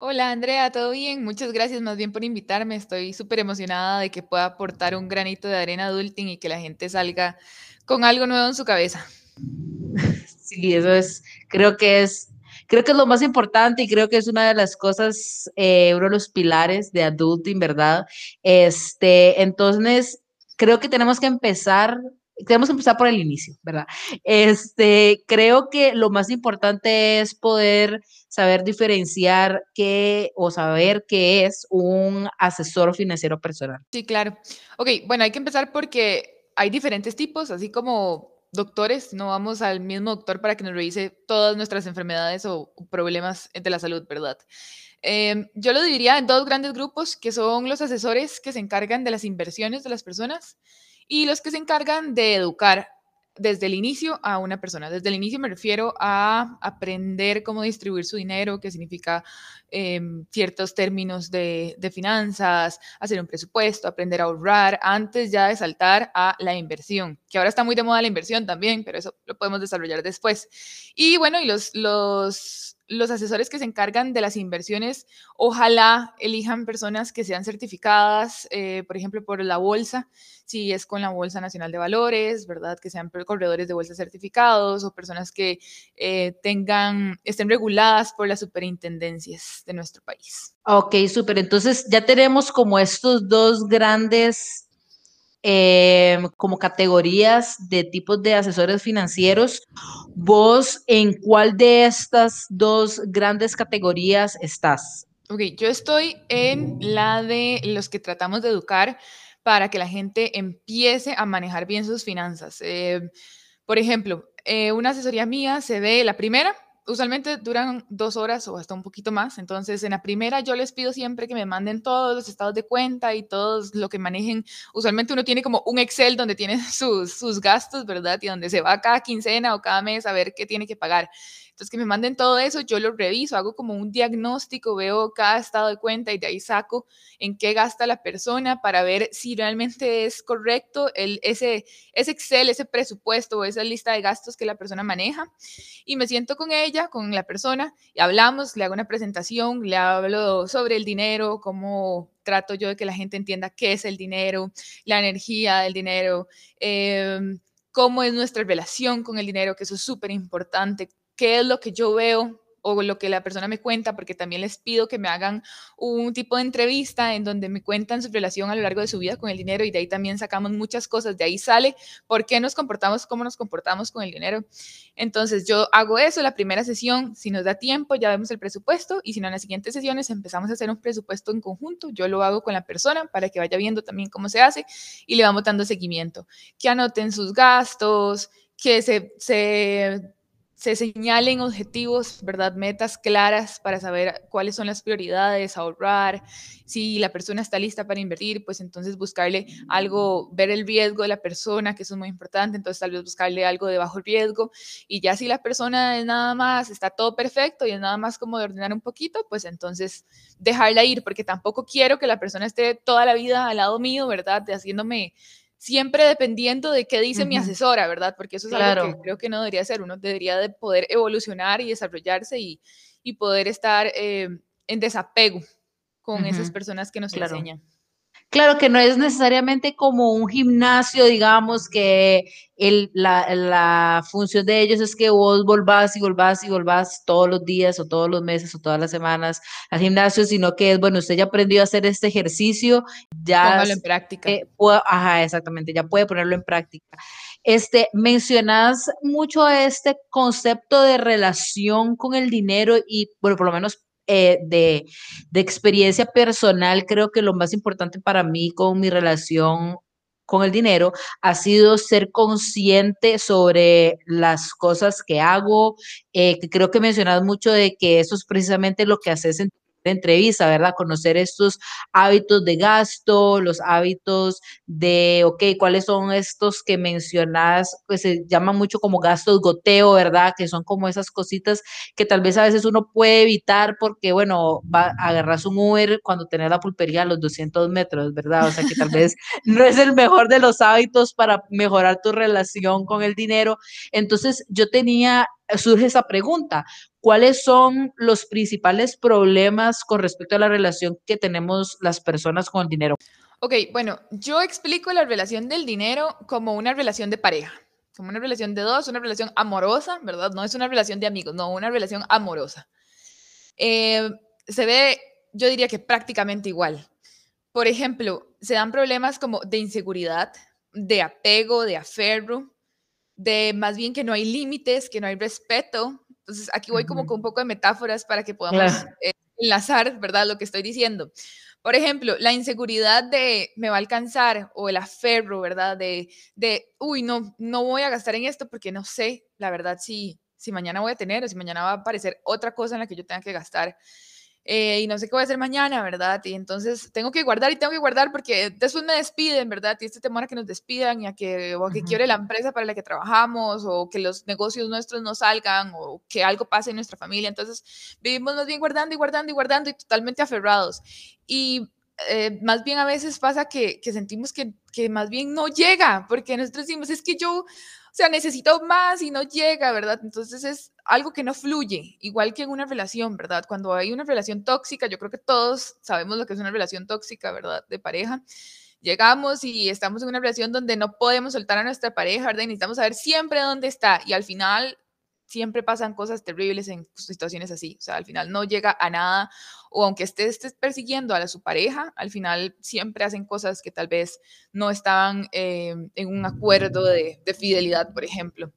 Hola Andrea, ¿todo bien? Muchas gracias más bien por invitarme. Estoy súper emocionada de que pueda aportar un granito de arena adulting y que la gente salga con algo nuevo en su cabeza. Sí, creo que es lo más importante y creo que es una de las cosas, uno de los pilares de adulting, ¿verdad? Entonces, creo que tenemos que empezar por el inicio, ¿verdad? Creo que lo más importante es poder saber diferenciar qué o saber qué es un asesor financiero personal. Sí, claro. Ok, bueno, hay que empezar porque hay diferentes tipos, así como doctores, no vamos al mismo doctor para que nos revise todas nuestras enfermedades o problemas de la salud, ¿verdad? Yo lo dividiría en dos grandes grupos, que son los asesores que se encargan de las inversiones de las personas y los que se encargan de educar desde el inicio a una persona. Desde el inicio me refiero a aprender cómo distribuir su dinero, qué significa ciertos términos de finanzas, hacer un presupuesto, aprender a ahorrar, antes ya de saltar a la inversión, que ahora está muy de moda la inversión también, pero eso lo podemos desarrollar después. Y bueno, y los asesores que se encargan de las inversiones, ojalá elijan personas que sean certificadas, por ejemplo, por la bolsa, si es con la Bolsa Nacional de Valores, ¿verdad? Que sean corredores de bolsa certificados o personas que estén reguladas por las superintendencias de nuestro país. Ok, súper. Entonces ya tenemos como estos dos grandes como categorías de tipos de asesores financieros. ¿Vos en cuál de estas dos grandes categorías estás? Ok, yo estoy en la de los que tratamos de educar para que la gente empiece a manejar bien sus finanzas. Por ejemplo, una asesoría mía se ve la primera, usualmente duran 2 horas o hasta un poquito más. Entonces, en la primera yo les pido siempre que me manden todos los estados de cuenta y todos lo que manejen. Usualmente uno tiene como un Excel donde tiene sus gastos, ¿verdad? Y donde se va cada quincena o cada mes a ver qué tiene que pagar. Entonces, que me manden todo eso, yo lo reviso, hago como un diagnóstico, veo cada estado de cuenta y de ahí saco en qué gasta la persona para ver si realmente es correcto ese Excel, ese presupuesto o esa lista de gastos que la persona maneja. Y me siento con ella, con la persona, y hablamos, le hago una presentación, le hablo sobre el dinero, cómo trato yo de que la gente entienda qué es el dinero, la energía del dinero, eh, cómo es nuestra relación con el dinero, que eso es súper importante, qué es lo que yo veo o lo que la persona me cuenta, porque también les pido que me hagan un tipo de entrevista en donde me cuentan su relación a lo largo de su vida con el dinero y de ahí también sacamos muchas cosas, de ahí sale por qué nos comportamos, cómo nos comportamos con el dinero. Entonces yo hago eso, la primera sesión, si nos da tiempo, ya vemos el presupuesto y si no, en las siguientes sesiones empezamos a hacer un presupuesto en conjunto, yo lo hago con la persona para que vaya viendo también cómo se hace y le vamos dando seguimiento, que anoten sus gastos, que se señalen objetivos, ¿verdad? Metas claras para saber cuáles son las prioridades, ahorrar. Si la persona está lista para invertir, pues entonces buscarle algo, ver el riesgo de la persona, que eso es muy importante, entonces tal vez buscarle algo de bajo riesgo. Y ya si la persona es nada más, está todo perfecto y es nada más como de ordenar un poquito, pues entonces dejarla ir, porque tampoco quiero que la persona esté toda la vida al lado mío, ¿verdad? De haciéndome siempre dependiendo de qué dice mi Ujú, asesora, ¿verdad? Porque eso es algo que claro. creo que no debería ser. Uno debería de poder evolucionar y desarrollarse y poder estar en desapego con esas Ujú, personas que nos claro. enseñan. Claro que no es necesariamente como un gimnasio, digamos, que la función de ellos es que vos volvás y volvás y volvás todos los días o todos los meses o todas las semanas al gimnasio, sino que es, bueno, usted ya aprendió a hacer este ejercicio, ya, Póngalo en práctica. ajá, exactamente, ya puede ponerlo en práctica. Mencionas mucho este concepto de relación con el dinero y, bueno, por lo menos de experiencia personal, creo que lo más importante para mí con mi relación con el dinero ha sido ser consciente sobre las cosas que hago, que creo que mencionas mucho de que eso es precisamente lo que haces en tu entrevista, ¿verdad? Conocer estos hábitos de gasto, los hábitos de, ok, cuáles son estos que mencionas, pues se llaman mucho como gastos goteo, ¿verdad? Que son como esas cositas que tal vez a veces uno puede evitar porque, bueno, agarras un Uber cuando tenés la pulpería a los 200 metros, ¿verdad? O sea que tal vez no es el mejor de los hábitos para mejorar tu relación con el dinero. Entonces yo tenía surge esa pregunta. ¿Cuáles son los principales problemas con respecto a la relación que tenemos las personas con el dinero? Ok, bueno, yo explico la relación del dinero como una relación de pareja, como una relación de dos, una relación amorosa, ¿verdad? No es una relación de amigos, no, una relación amorosa. Eh, Se ve, yo diría que prácticamente igual. Por ejemplo, se dan problemas como de inseguridad, de apego, de aferro, de más bien que no hay límites, que no hay respeto. Entonces, aquí voy como Ujú. con un poco de metáforas para que podamos Claro. enlazar, ¿verdad? Lo que estoy diciendo. Por ejemplo, la inseguridad de me va a alcanzar o el aferro, ¿verdad? Uy, no, no voy a gastar en esto porque no sé, la verdad, si mañana voy a tener o si mañana va a aparecer otra cosa en la que yo tenga que gastar. Y no sé qué voy a hacer mañana, ¿verdad? Y entonces tengo que guardar y tengo que guardar porque después me despiden, ¿verdad? Y este temor a que nos despidan y o a que Ujú. quiebre la empresa para la que trabajamos o que los negocios nuestros no salgan o que algo pase en nuestra familia. Entonces vivimos más bien guardando y guardando y guardando y totalmente aferrados. Y más bien a veces pasa que sentimos que más bien no llega, porque nosotros decimos, es que yo, o sea, necesito más y no llega, ¿verdad? Entonces es algo que no fluye, igual que en una relación, ¿verdad? Cuando hay una relación tóxica, yo creo que todos sabemos lo que es una relación tóxica, ¿verdad? De pareja. Llegamos y estamos en una relación donde no podemos soltar a nuestra pareja, ¿verdad? Y necesitamos saber siempre dónde está y al final siempre pasan cosas terribles en situaciones así, o sea, al final no llega a nada o aunque estés persiguiendo a su pareja, al final siempre hacen cosas que tal vez no estaban en un acuerdo de fidelidad, por ejemplo.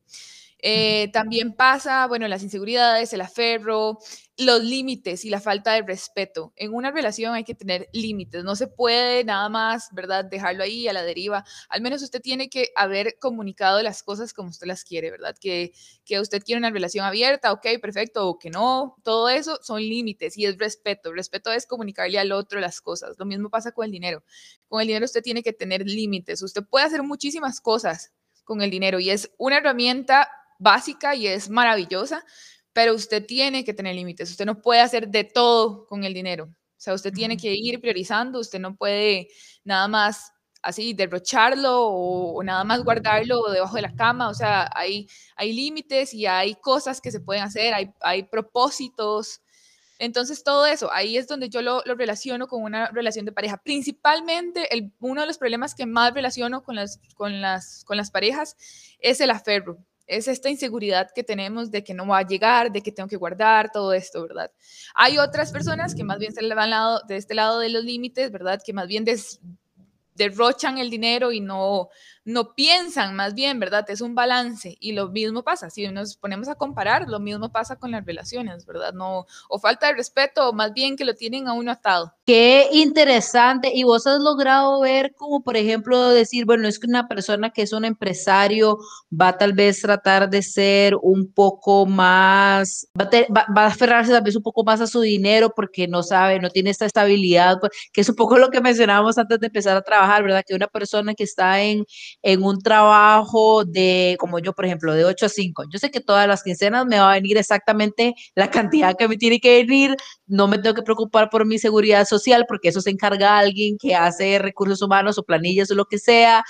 También pasa, bueno, las inseguridades, el aferro, los límites y la falta de respeto. En una relación hay que tener límites, no se puede nada más, ¿verdad? Dejarlo ahí a la deriva. Al menos usted tiene que haber comunicado las cosas como usted las quiere, ¿verdad? Que usted quiere una relación abierta, ok, perfecto, o que no. Todo eso son límites y es respeto. Respeto es comunicarle al otro las cosas. Lo mismo pasa con el dinero. Con el dinero usted tiene que tener límites. Usted puede hacer muchísimas cosas con el dinero y es una herramienta básica y es maravillosa, pero usted tiene que tener límites. Usted no puede hacer de todo con el dinero. O sea, usted tiene que ir priorizando, usted no puede nada más así derrocharlo o nada más guardarlo debajo de la cama. O sea, hay límites y hay cosas que se pueden hacer, hay propósitos. Entonces, todo eso, ahí es donde yo lo relaciono con una relación de pareja. Principalmente, uno de los problemas que más relaciono con las parejas es el aferro, es esta inseguridad que tenemos de que no va a llegar, de que tengo que guardar, todo esto, ¿verdad? Hay otras personas que más bien se le van de este lado de los límites, ¿verdad? Que más bien derrochan el dinero y no piensan más bien, ¿verdad? Es un balance y lo mismo pasa, si nos ponemos a comparar, lo mismo pasa con las relaciones, ¿verdad? No, o falta de respeto o más bien que lo tienen a uno atado. Qué interesante. Y vos has logrado ver como, por ejemplo, decir, bueno, es que una persona que es un empresario va tal vez tratar de ser un poco más, va a aferrarse tal vez un poco más a su dinero porque no sabe, no tiene esta estabilidad, pues, que es un poco lo que mencionábamos antes de empezar a trabajar, ¿verdad? Que una persona que está en un trabajo de, como yo, por ejemplo, de 8 a 5, yo sé que todas las quincenas me va a venir exactamente la cantidad que me tiene que venir, no me tengo que preocupar por mi seguridad social porque eso se encarga alguien que hace recursos humanos o planillas o lo que sea.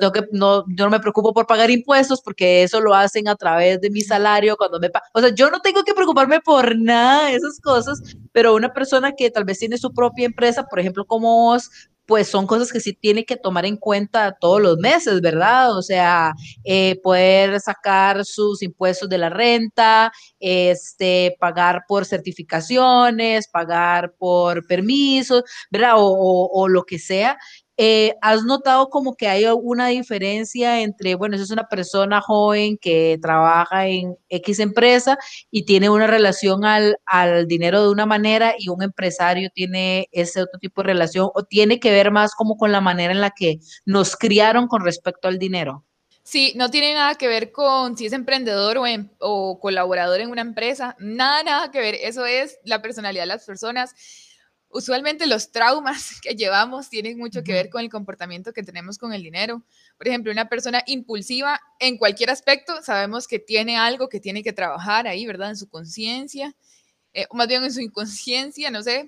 Yo no me preocupo por pagar impuestos porque eso lo hacen a través de mi salario cuando o sea, yo no tengo que preocuparme por nada de esas cosas, pero una persona que tal vez tiene su propia empresa, por ejemplo, como vos, pues son cosas que sí tiene que tomar en cuenta todos los meses, ¿verdad? O sea, poder sacar sus impuestos de la renta, pagar por certificaciones, pagar por permisos, ¿verdad? O lo que sea. ¿Has notado como que hay una diferencia entre, bueno, esa es una persona joven que trabaja en X empresa y tiene una relación al dinero de una manera y un empresario tiene ese otro tipo de relación o tiene que ver más como con la manera en la que nos criaron con respecto al dinero? Sí, no tiene nada que ver con si es emprendedor o colaborador en una empresa, nada, nada que ver. Eso es la personalidad de las personas. Usualmente los traumas que llevamos tienen mucho que Ujú. ver con el comportamiento que tenemos con el dinero. Por ejemplo, una persona impulsiva en cualquier aspecto, sabemos que tiene algo que tiene que trabajar ahí, ¿verdad? En su conciencia, o más bien en su inconsciencia, no sé.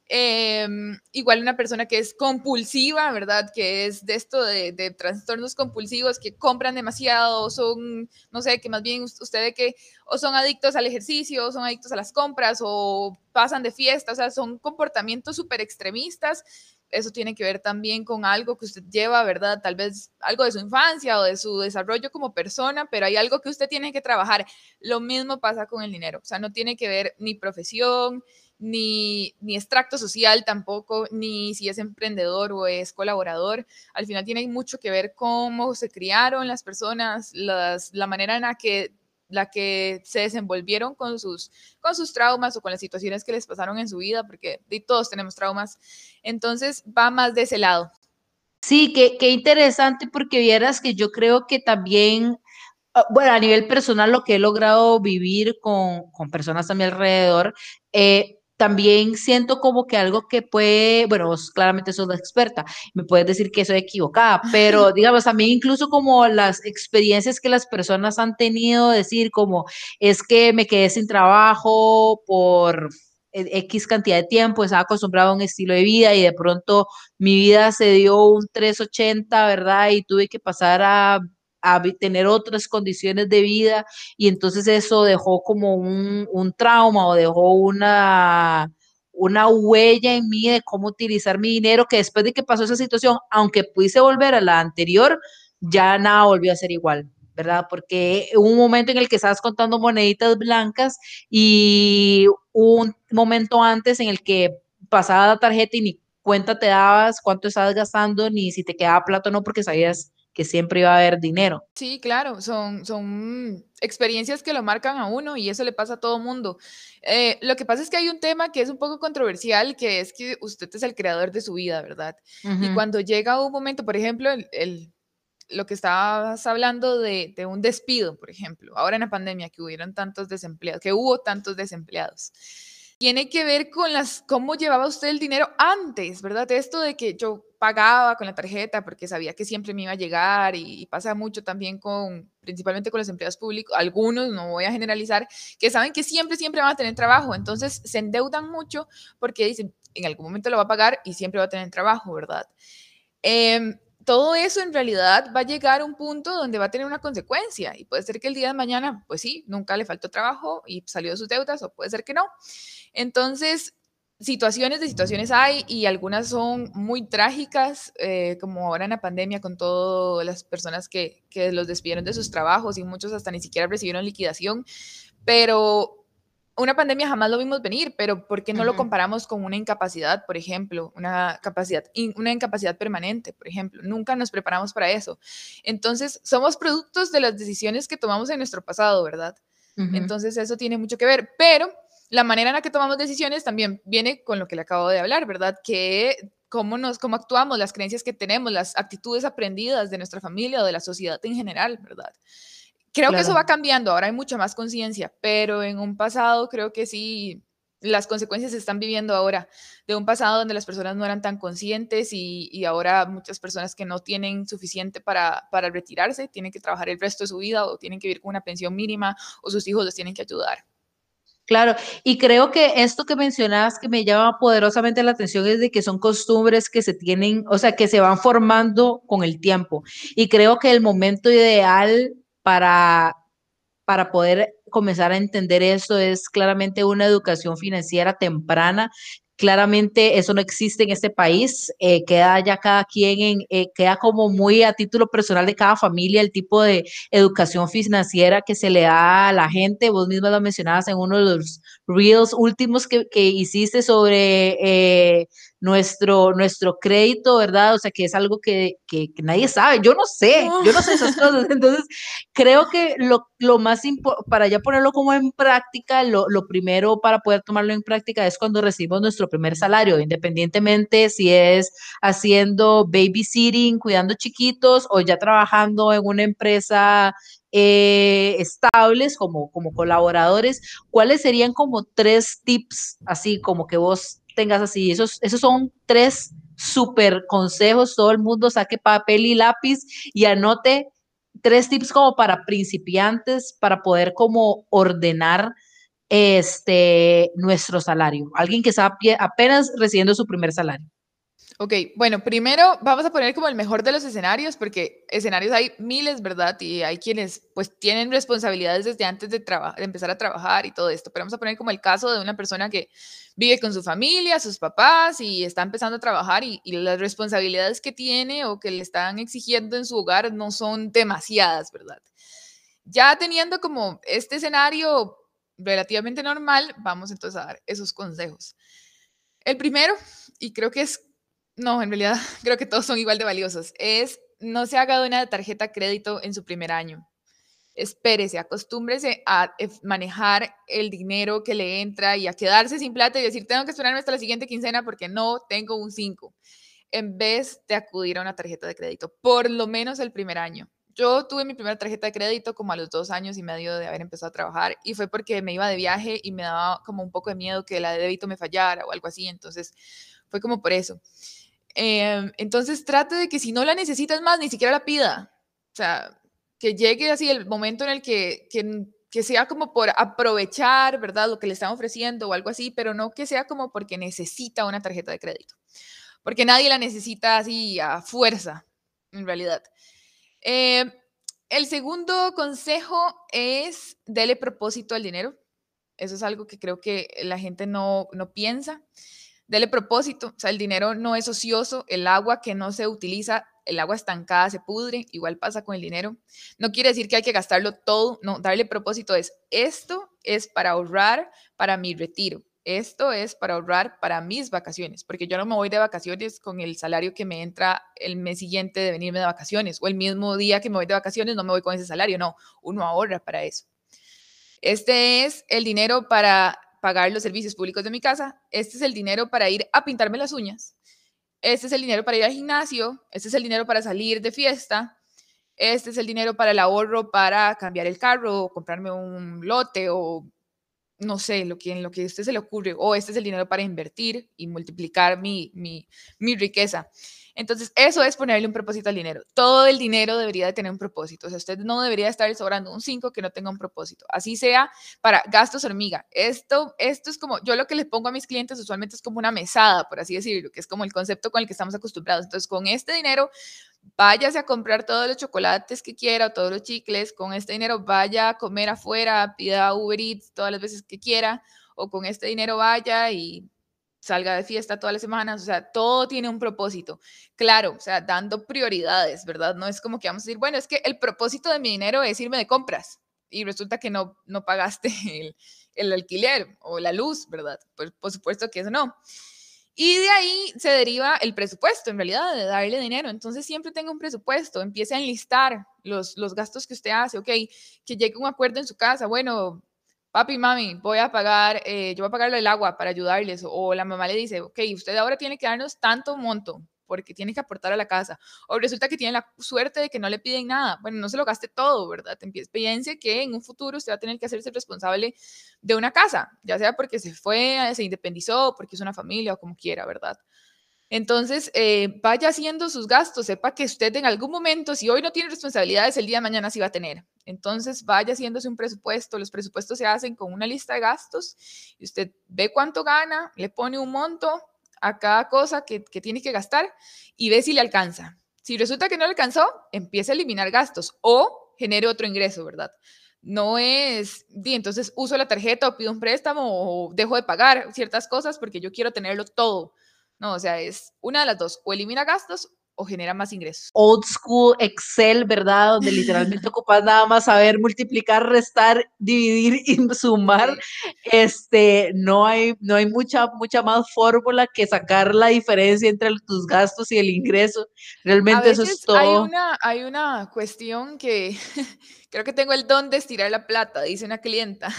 Igual una persona que es compulsiva, ¿verdad? Que es de esto de trastornos compulsivos, que compran demasiado, o son, no sé, que más bien usted de que o son adictos al ejercicio, o son adictos a las compras, o pasan de fiesta, o sea, son comportamientos súper extremistas. Eso tiene que ver también con algo que usted lleva, ¿verdad? Tal vez algo de su infancia o de su desarrollo como persona, pero hay algo que usted tiene que trabajar. Lo mismo pasa con el dinero, o sea, no tiene que ver ni profesión, ni extracto social tampoco, ni si es emprendedor o es colaborador. Al final tiene mucho que ver cómo se criaron las personas, la manera en la que se desenvolvieron con sus traumas o con las situaciones que les pasaron en su vida, porque todos tenemos traumas. Entonces va más de ese lado. Sí, qué interesante porque vieras que yo creo que también, bueno, a nivel personal, lo que he logrado vivir con personas a mi alrededor, también siento como que algo que puede, bueno, vos claramente sos la experta, me puedes decir que soy equivocada, pero digamos, a mí incluso como las experiencias que las personas han tenido, decir como, es que me quedé sin trabajo por X cantidad de tiempo, estaba acostumbrado a un estilo de vida y de pronto mi vida se dio un 380, ¿verdad? Y tuve que pasar a tener otras condiciones de vida y entonces eso dejó como un trauma o dejó una huella en mí de cómo utilizar mi dinero, que después de que pasó esa situación, aunque pudiese volver a la anterior, ya nada volvió a ser igual. ¿Verdad? Porque hubo un momento en el que estabas contando moneditas blancas y un momento antes en el que pasaba la tarjeta y ni cuenta te dabas cuánto estabas gastando, ni si te quedaba plata o no, porque sabías que siempre iba a haber dinero. Sí, claro, son experiencias que lo marcan a uno y eso le pasa a todo mundo. Lo que pasa es que hay un tema que es un poco controversial, que es que usted es el creador de su vida, ¿verdad? Y Ujú. cuando llega un momento, por ejemplo, lo que estabas hablando de un despido, por ejemplo, ahora en la pandemia que hubieron tantos desempleados, que hubo tantos desempleados, tiene que ver con cómo llevaba usted el dinero antes, ¿verdad? Esto de que yo pagaba con la tarjeta porque sabía que siempre me iba a llegar y pasa mucho también principalmente con los empleados públicos, algunos, no voy a generalizar, que saben que siempre, siempre van a tener trabajo, entonces se endeudan mucho porque dicen, en algún momento lo va a pagar y siempre va a tener trabajo, ¿verdad? Todo eso en realidad va a llegar a un punto donde va a tener una consecuencia y puede ser que el día de mañana, pues sí, nunca le faltó trabajo y salió de sus deudas o puede ser que no. Entonces, situaciones de situaciones hay y algunas son muy trágicas, como ahora en la pandemia con todas las personas que los despidieron de sus trabajos y muchos hasta ni siquiera recibieron liquidación, pero una pandemia jamás lo vimos venir, pero ¿por qué no lo Ujú. comparamos con una incapacidad, por ejemplo, una incapacidad permanente, por ejemplo? Nunca nos preparamos para eso. Entonces, somos productos de las decisiones que tomamos en nuestro pasado, ¿verdad? Ujú. Entonces, eso tiene mucho que ver, pero la manera en la que tomamos decisiones también viene con lo que le acabo de hablar, ¿verdad? Que cómo actuamos, las creencias que tenemos, las actitudes aprendidas de nuestra familia o de la sociedad en general, ¿verdad? Creo que eso Claro. va cambiando, ahora hay mucha más conciencia, pero en un pasado creo que sí, las consecuencias se están viviendo ahora, de un pasado donde las personas no eran tan conscientes y ahora muchas personas que no tienen suficiente para retirarse, tienen que trabajar el resto de su vida o tienen que vivir con una pensión mínima o sus hijos les tienen que ayudar. Claro, y creo que esto que mencionabas que me llama poderosamente la atención es de que son costumbres que se tienen, o sea, que se van formando con el tiempo. Y creo que el momento ideal para, para poder comenzar a entender esto es claramente una educación financiera temprana. Claramente eso no existe en este país, queda ya cada quien queda como muy a título personal de cada familia el tipo de educación financiera que se le da a la gente. Vos misma lo mencionabas en uno de los reels últimos que hiciste sobre nuestro crédito, ¿verdad? O sea, que es algo que nadie sabe. No. Yo no sé esas cosas. Entonces, creo que lo más importante, para ya ponerlo como en práctica, lo primero para poder tomarlo en práctica es cuando recibimos nuestro primer salario, independientemente si es haciendo babysitting, cuidando chiquitos o ya trabajando en una empresa estables como colaboradores. ¿Cuáles serían como tres tips, así como que vos tengas así? Esos son tres super consejos. Todo el mundo saque papel y lápiz y anote tres tips como para principiantes, para poder como ordenar nuestro salario. Alguien que está apenas recibiendo su primer salario. Ok, bueno, primero vamos a poner como el mejor de los escenarios, porque escenarios hay miles, ¿verdad? Y hay quienes pues tienen responsabilidades desde antes de empezar a trabajar y todo esto, pero vamos a poner como el caso de una persona que vive con su familia, sus papás y está empezando a trabajar y las responsabilidades que tiene o que le están exigiendo en su hogar no son demasiadas, ¿verdad? Ya teniendo como este escenario relativamente normal, vamos entonces a dar esos consejos. El primero, y creo que es, no, en realidad creo que todos son igual de valiosos, es no se haga de una tarjeta de crédito en su primer año. Espérese, acostúmbrese a manejar el dinero que le entra y a quedarse sin plata y decir, tengo que esperarme hasta la siguiente quincena porque no tengo un 5 en vez de acudir a una tarjeta de crédito, por lo menos el primer año. Yo tuve mi primera tarjeta de crédito como a los 2 años y medio de haber empezado a trabajar y fue porque me iba de viaje y me daba como un poco de miedo que la de débito me fallara o algo así, entonces fue como por eso. Entonces trate de que si no la necesitas más, ni siquiera la pida. O sea, que llegue así el momento en el que sea como por aprovechar, ¿verdad? Lo que le están ofreciendo o algo así, pero no que sea como porque necesita una tarjeta de crédito porque nadie la necesita así a fuerza, en realidad. Eh, el segundo consejo es dele propósito al dinero. Eso es algo que creo que la gente no piensa. Dele propósito, o sea, el dinero no es ocioso, el agua que no se utiliza, el agua estancada se pudre, igual pasa con el dinero. No quiere decir que hay que gastarlo todo, no, darle propósito es, esto es para ahorrar para mi retiro, esto es para ahorrar para mis vacaciones, porque yo no me voy de vacaciones con el salario que me entra el mes siguiente de venirme de vacaciones, o el mismo día que me voy de vacaciones no me voy con ese salario, no, uno ahorra para eso. Este es el dinero para pagar los servicios públicos de mi casa. Este es el dinero para ir a pintarme las uñas. Este es el dinero para ir al gimnasio. Este es el dinero para salir de fiesta. Este es el dinero para el ahorro para cambiar el carro o comprarme un lote o no sé, en lo que a usted se le ocurre, o este es el dinero para invertir y multiplicar mi riqueza. Entonces, eso es ponerle un propósito al dinero. Todo el dinero debería de tener un propósito. O sea, usted no debería estar sobrando un 5 que no tenga un propósito. Así sea para gastos hormiga. Esto es como, yo lo que les pongo a mis clientes usualmente es como una mesada, por así decirlo, que es como el concepto con el que estamos acostumbrados. Entonces, con este dinero váyase a comprar todos los chocolates que quiera o todos los chicles, con este dinero vaya a comer afuera, pida Uber Eats todas las veces que quiera, o con este dinero vaya y salga de fiesta todas las semanas, o sea, todo tiene un propósito. Claro, o sea, dando prioridades, ¿verdad? No es como que vamos a decir, bueno, es que el propósito de mi dinero es irme de compras y resulta que no pagaste el alquiler o la luz, ¿verdad? Pues por supuesto que eso no. Y de ahí se deriva el presupuesto, en realidad, de darle dinero. Entonces, siempre tenga un presupuesto, empiece a enlistar los gastos que usted hace, ok, que llegue a un acuerdo en su casa, bueno, papi, mami, yo voy a pagarle el agua para ayudarles, o la mamá le dice, ok, usted ahora tiene que darnos tanto monto, porque tiene que aportar a la casa, o resulta que tiene la suerte de que no le piden nada, bueno, no se lo gaste todo, ¿verdad? Piense que en un futuro usted va a tener que hacerse responsable de una casa, ya sea porque se fue, se independizó, porque es una familia o como quiera, ¿verdad? Entonces, vaya haciendo sus gastos, sepa que usted en algún momento, si hoy no tiene responsabilidades, el día de mañana sí va a tener. Entonces, vaya haciéndose un presupuesto. Los presupuestos se hacen con una lista de gastos y usted ve cuánto gana, le pone un monto a cada cosa que tiene que gastar y ve si le alcanza. Si resulta que no le alcanzó, empiece a eliminar gastos o genere otro ingreso, ¿verdad? No es, entonces uso la tarjeta o pido un préstamo o dejo de pagar ciertas cosas porque yo quiero tenerlo todo. No, o sea, es una de las dos, o elimina gastos o genera más ingresos. Old school Excel, ¿verdad? Donde literalmente ocupas nada más saber multiplicar, restar, dividir y sumar. Sí. No hay mucha más fórmula que sacar la diferencia entre tus gastos y el ingreso. A Realmente eso es veces hay todo. una cuestión que creo que tengo el don de estirar la plata, dice una clienta,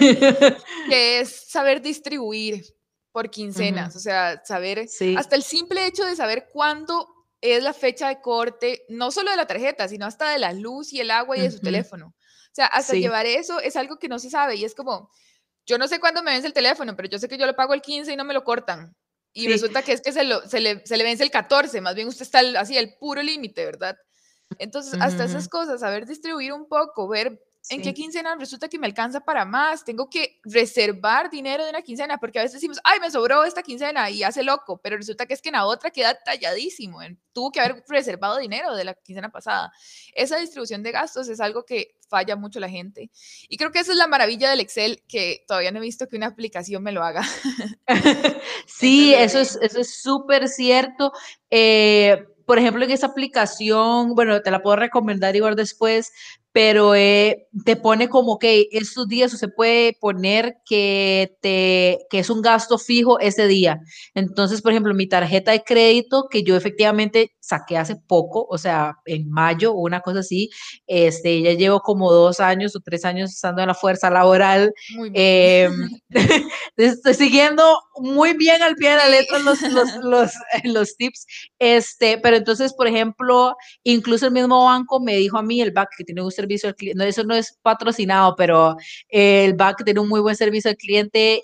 que es saber distribuir por Ujú, quincenas, o sea, saber, sí, hasta el simple hecho de saber cuándo es la fecha de corte, no solo de la tarjeta, sino hasta de la luz y el agua y de su ujú, teléfono. O sea, hasta sí, llevar eso es algo que no se sabe y es como, yo no sé cuándo me vence el teléfono, pero yo sé que yo lo pago el 15 y no me lo cortan. Y sí. resulta que es que se le vence el 14, más bien usted está así, el puro límite, ¿verdad? Entonces, hasta esas Ujú, cosas, saber distribuir un poco, ver, ¿en qué Sí. quincena resulta que me alcanza para más? Tengo que reservar dinero de una quincena, porque a veces decimos, ay, me sobró esta quincena y hace loco, pero resulta que es que en la otra queda talladísimo. Tuvo que haber reservado dinero de la quincena pasada. Esa distribución de gastos es algo que falla mucho la gente. Y creo que esa es la maravilla del Excel, que todavía no he visto que una aplicación me lo haga. Sí, Entonces, sí, eso es súper cierto. Por ejemplo, en esa aplicación, bueno, te la puedo recomendar igual después, pero te pone como que estos días usted puede poner que es un gasto fijo ese día. Entonces, por ejemplo, mi tarjeta de crédito, que yo efectivamente saqué hace poco, o sea, en mayo o una cosa así, ya llevo como 2 años o 3 años estando en la fuerza laboral. muy bien. em, Estoy siguiendo muy bien al pie de la Sí. letra los tips. Pero entonces, por ejemplo, incluso el mismo banco me dijo a mí, el BAC, que tiene un servicio al cliente, no, eso no es patrocinado, pero el BAC tiene un muy buen servicio al cliente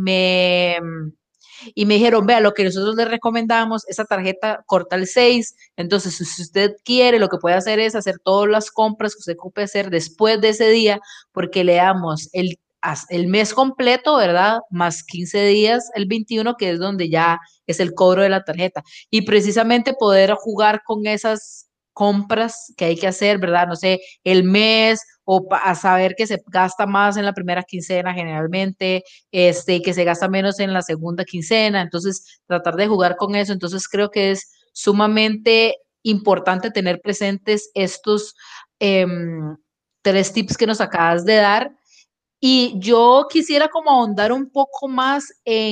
y me dijeron, vea, lo que nosotros le recomendamos, esa tarjeta corta el 6. Entonces, si usted quiere, lo que puede hacer es hacer todas las compras que usted ocupe hacer después de ese día, porque le damos el mes completo, ¿verdad? Más 15 días, el 21, que es donde ya es el cobro de la tarjeta. Y precisamente poder jugar con esas compras que hay que hacer, ¿verdad? No sé, el mes o a saber que se gasta más en la primera quincena generalmente, que se gasta menos en la segunda quincena, entonces tratar de jugar con eso, entonces creo que es sumamente importante tener presentes estos em, 3 tips que nos acabas de dar y yo quisiera como ahondar un poco más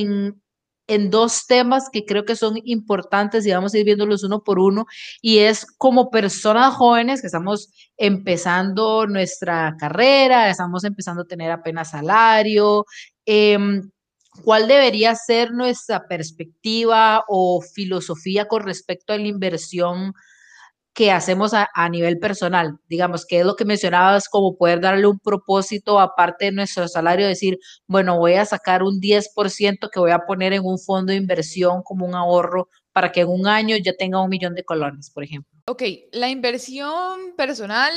en 2 temas que creo que son importantes y vamos a ir viéndolos uno por uno. Y es como personas jóvenes que estamos empezando nuestra carrera, estamos empezando a tener apenas salario. em, ¿Cuál debería ser nuestra perspectiva o filosofía con respecto a la inversión que hacemos a nivel personal? Digamos, que es lo que mencionabas, como poder darle un propósito aparte de nuestro salario, decir, bueno, voy a sacar un 10% que voy a poner en un fondo de inversión como un ahorro para que en un año ya tenga 1 millón de colones, por ejemplo. Ok, la inversión personal,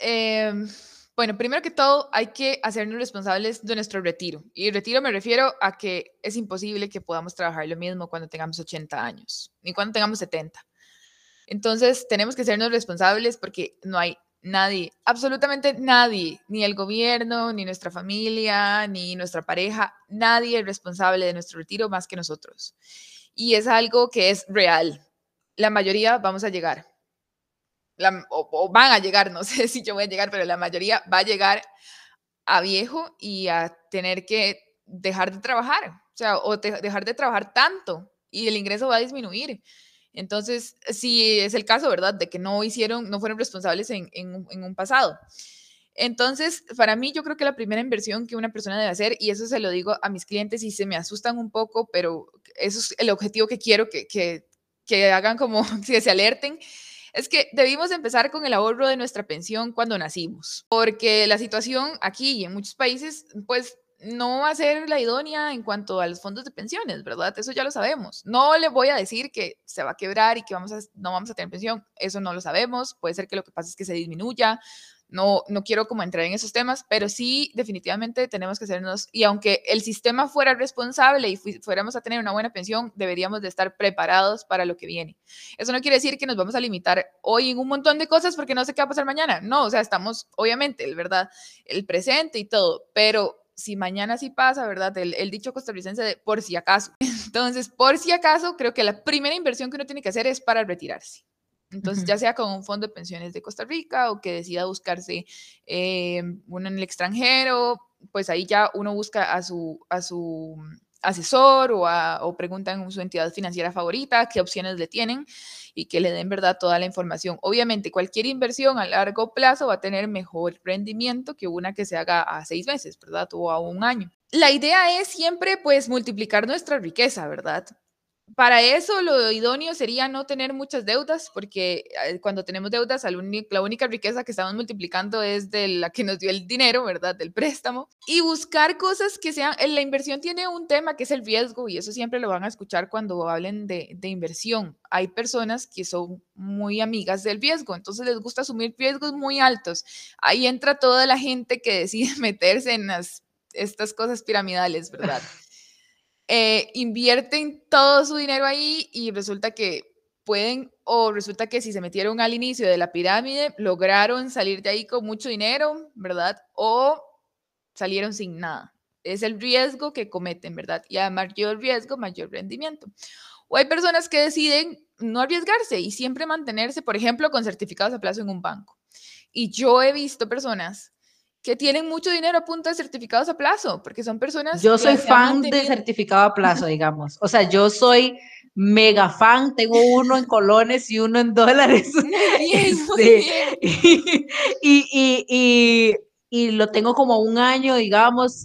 bueno, primero que todo hay que hacernos responsables de nuestro retiro. Y retiro me refiero a que es imposible que podamos trabajar lo mismo cuando tengamos 80 años, ni cuando tengamos 70. Entonces, tenemos que sernos responsables porque no hay nadie, absolutamente nadie, ni el gobierno, ni nuestra familia, ni nuestra pareja, nadie es responsable de nuestro retiro más que nosotros. Y es algo que es real. La mayoría vamos a llegar o van a llegar, no sé si yo voy a llegar, pero la mayoría va a llegar a viejo y a tener que dejar de trabajar, o sea, dejar de trabajar tanto y el ingreso va a disminuir. Entonces, si es el caso, ¿verdad? De que no fueron responsables en un pasado. Entonces, para mí, yo creo que la primera inversión que una persona debe hacer, y eso se lo digo a mis clientes y se me asustan un poco, pero eso es el objetivo que quiero que hagan como que se alerten, es que debimos empezar con el ahorro de nuestra pensión cuando nacimos, porque la situación aquí y en muchos países, pues no va a ser la idónea en cuanto a los fondos de pensiones, ¿verdad? Eso ya lo sabemos. No le voy a decir que se va a quebrar y que no vamos a tener pensión, eso no lo sabemos, puede ser que lo que pase es que se disminuya, no quiero como entrar en esos temas, pero sí definitivamente tenemos que hacernos, y aunque el sistema fuera responsable y fuéramos a tener una buena pensión, deberíamos de estar preparados para lo que viene. Eso no quiere decir que nos vamos a limitar hoy en un montón de cosas porque no sé qué va a pasar mañana. No, o sea, estamos, obviamente, ¿verdad? El presente y todo, pero si mañana sí pasa, ¿verdad? El dicho costarricense de por si acaso. Entonces, por si acaso, creo que la primera inversión que uno tiene que hacer es para retirarse. Entonces, Ujú. ya sea con un fondo de pensiones de Costa Rica o que decida buscarse uno en el extranjero, pues ahí ya uno busca a su asesor o pregunta en su entidad financiera favorita qué opciones le tienen y que le den verdad toda la información. Obviamente, cualquier inversión a largo plazo va a tener mejor rendimiento que una que se haga a 6 meses, ¿verdad? O a un año. La idea es siempre, pues, multiplicar nuestra riqueza, ¿verdad? Para eso lo idóneo sería no tener muchas deudas, porque cuando tenemos deudas, la única riqueza que estamos multiplicando es de la que nos dio el dinero, ¿verdad? Del préstamo. Y buscar cosas que sean, la inversión tiene un tema que es el riesgo, y eso siempre lo van a escuchar cuando hablen de inversión. Hay personas que son muy amigas del riesgo, entonces les gusta asumir riesgos muy altos. Ahí entra toda la gente que decide meterse en estas cosas piramidales, ¿verdad? Invierten todo su dinero ahí y resulta que pueden, o resulta que si se metieron al inicio de la pirámide, lograron salir de ahí con mucho dinero, ¿verdad? O salieron sin nada. Es el riesgo que cometen, ¿verdad? Y a mayor riesgo, mayor rendimiento. O hay personas que deciden no arriesgarse y siempre mantenerse, por ejemplo, con certificados a plazo en un banco. Y yo he visto personas que tienen mucho dinero a punta de certificados a plazo, porque son personas Yo soy que se han fan de mantenido. certificado a plazo, digamos. O sea, yo soy mega fan. Tengo uno en colones y uno en dólares. Muy bien, muy Este, bien. y, y, y, y, y lo tengo como un año, digamos,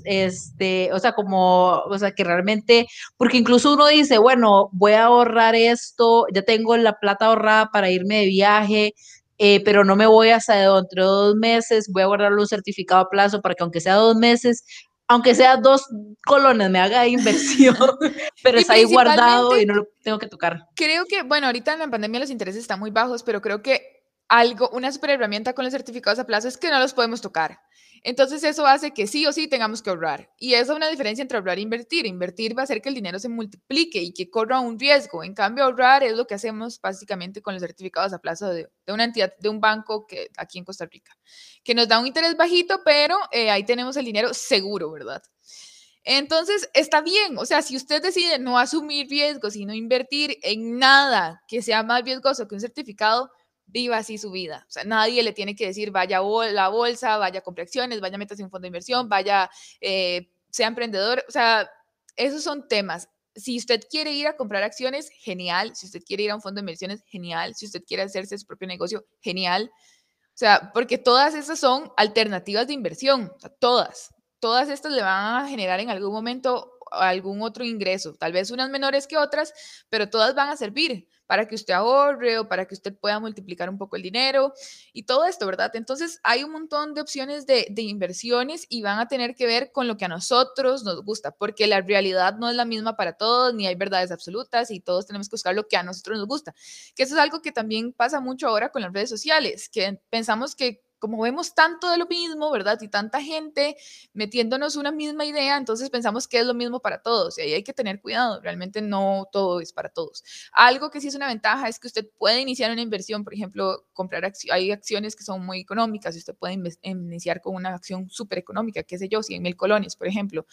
o sea, o sea, que realmente, porque incluso uno dice, bueno, voy a ahorrar esto, ya tengo la plata ahorrada para irme de viaje, pero no me voy hasta dentro de 2 meses, voy a guardar un certificado a plazo para que aunque sea 2 meses, aunque sea 2 colones, me haga inversión, pero Y está ahí principalmente guardado y no lo tengo que tocar. creo que, bueno, ahorita en la pandemia los intereses están muy bajos, pero creo que una super herramienta con los certificados a plazo es que no los podemos tocar. Entonces eso hace que sí o sí tengamos que ahorrar. Y esa es una diferencia entre ahorrar e invertir. Invertir va a hacer que el dinero se multiplique y que corra un riesgo. En cambio, ahorrar es lo que hacemos básicamente con los certificados a plazo de una entidad, de un banco que aquí en Costa Rica, que nos da un interés bajito, pero ahí tenemos el dinero seguro, ¿verdad? Entonces, está bien, o sea, si usted decide no asumir riesgos y no invertir en nada que sea más riesgoso que un certificado, viva así su vida. O sea, nadie le tiene que decir vaya a la bolsa, vaya a comprar acciones, vaya a meterse en un fondo de inversión, vaya, sea emprendedor. O sea, esos son temas. Si usted quiere ir a comprar acciones, genial. Si usted quiere ir a un fondo de inversiones, genial. Si usted quiere hacerse su propio negocio, genial. O sea, porque todas esas son alternativas de inversión, o sea, todas estas le van a generar en algún momento algún otro ingreso, tal vez unas menores que otras, pero todas van a servir para que usted ahorre o para que usted pueda multiplicar un poco el dinero y todo esto, ¿verdad? Entonces hay un montón de opciones de inversiones y van a tener que ver con lo que a nosotros nos gusta, porque la realidad no es la misma para todos, ni hay verdades absolutas y todos tenemos que buscar lo que a nosotros nos gusta, que eso es algo que también pasa mucho ahora con las redes sociales, que pensamos que como vemos tanto de lo mismo, ¿verdad? Y tanta gente metiéndonos una misma idea, entonces pensamos que es lo mismo para todos y ahí hay que tener cuidado, realmente no todo es para todos. Algo que sí es una ventaja es que usted puede iniciar una inversión, por ejemplo, hay acciones que son muy económicas y usted puede iniciar con una acción súper económica, qué sé yo, 100,000 colones, por ejemplo,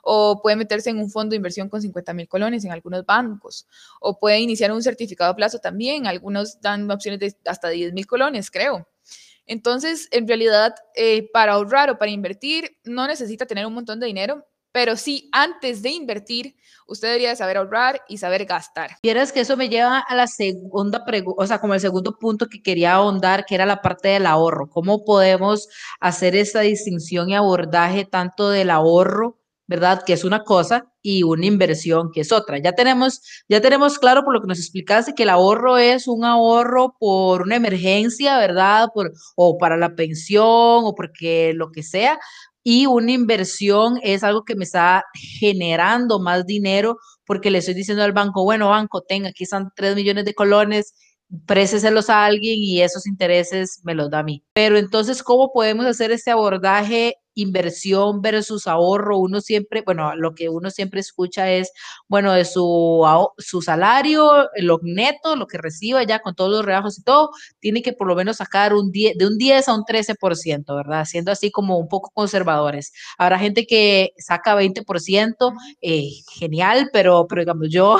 o puede meterse en un fondo de inversión con 50,000 colones en algunos bancos, o puede iniciar un certificado a plazo también, algunos dan opciones de hasta 10,000 colones, creo. Entonces, en realidad, para ahorrar o para invertir, no necesita tener un montón de dinero, pero sí, antes de invertir, usted debería saber ahorrar y saber gastar. Vieras que eso me lleva a la segunda pregunta, o sea, como el segundo punto que quería ahondar, que era la parte del ahorro. ¿Cómo podemos hacer esa distinción y abordaje tanto del ahorro, ¿verdad? Que es una cosa y una inversión, que es otra. Ya tenemos claro por lo que nos explicaste que el ahorro es un ahorro por una emergencia, ¿verdad? O para la pensión o porque lo que sea. Y una inversión es algo que me está generando más dinero porque le estoy diciendo al banco, bueno, banco, tenga, aquí están 3 millones de colones, présteselos a alguien y esos intereses me los da a mí. Pero entonces, ¿cómo podemos hacer este abordaje inversión versus ahorro? Uno siempre, bueno, lo que uno siempre escucha es, bueno, de su salario, lo neto, lo que reciba ya con todos los rebajos y todo, tiene que por lo menos sacar de un 10 a un 13%, ¿verdad? Siendo así como un poco conservadores. Habrá gente que saca 20%, genial, pero digamos, yo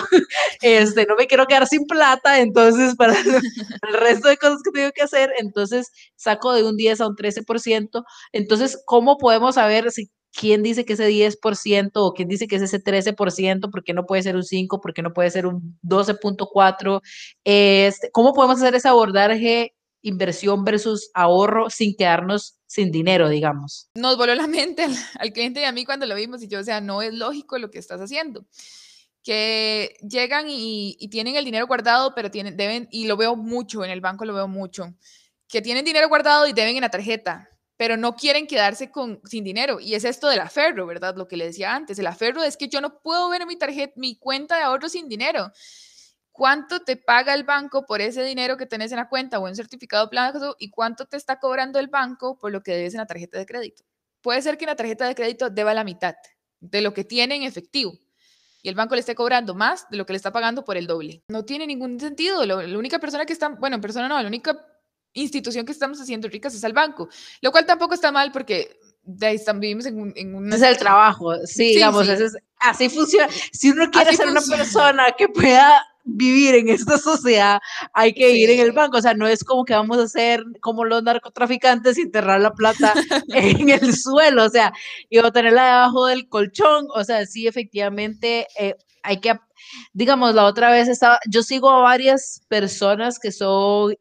no me quiero quedar sin plata, entonces para el resto de cosas que tengo que hacer, entonces saco de un 10 a un 13%. Entonces, ¿cómo podemos saber si quién dice que ese 10% o quién dice que es ese 13%? ¿Por qué no puede ser un 5%? ¿Por qué no puede ser un 12,4%? ¿Cómo podemos hacer ese abordaje inversión versus ahorro sin quedarnos sin dinero, digamos? Nos voló la mente al cliente y a mí cuando lo vimos y yo, o sea, no es lógico lo que estás haciendo. que llegan y tienen el dinero guardado, pero deben, y lo veo mucho, en el banco lo veo mucho, que tienen dinero guardado y deben en la tarjeta, pero no quieren quedarse sin dinero. Y es esto del aferro, ¿verdad? Lo que le decía antes. El aferro es que yo no puedo ver en mi tarjeta, mi cuenta de ahorro sin dinero. ¿Cuánto te paga el banco por ese dinero que tenés en la cuenta o en certificado de plazo y cuánto te está cobrando el banco por lo que debes en la tarjeta de crédito? Puede ser que en la tarjeta de crédito deba la mitad de lo que tiene en efectivo y el banco le esté cobrando más de lo que le está pagando por el doble. No tiene ningún sentido. La única persona que está, bueno, en persona no, la única institución que estamos haciendo ricas es al banco, lo cual tampoco está mal porque vivimos en una... Ese es el trabajo, sí, Sí, digamos, sí, así funciona. Si uno quiere así ser una funciona. persona que pueda vivir en esta sociedad, hay que ir en el Sí. banco. O sea, no es como que vamos a hacer como los narcotraficantes y enterrar la plata en el suelo, o sea, y o tenerla debajo del colchón. O sea, sí, efectivamente, hay que, digamos, la otra vez estaba, yo sigo a varias personas que son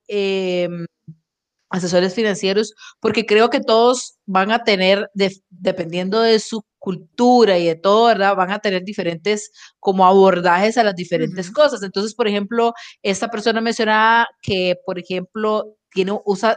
asesores financieros, porque creo que todos van a tener, dependiendo de su cultura y de todo, ¿verdad? Van a tener diferentes como abordajes a las diferentes Ujú, cosas. Entonces, por ejemplo, esta persona mencionaba que, por ejemplo, usa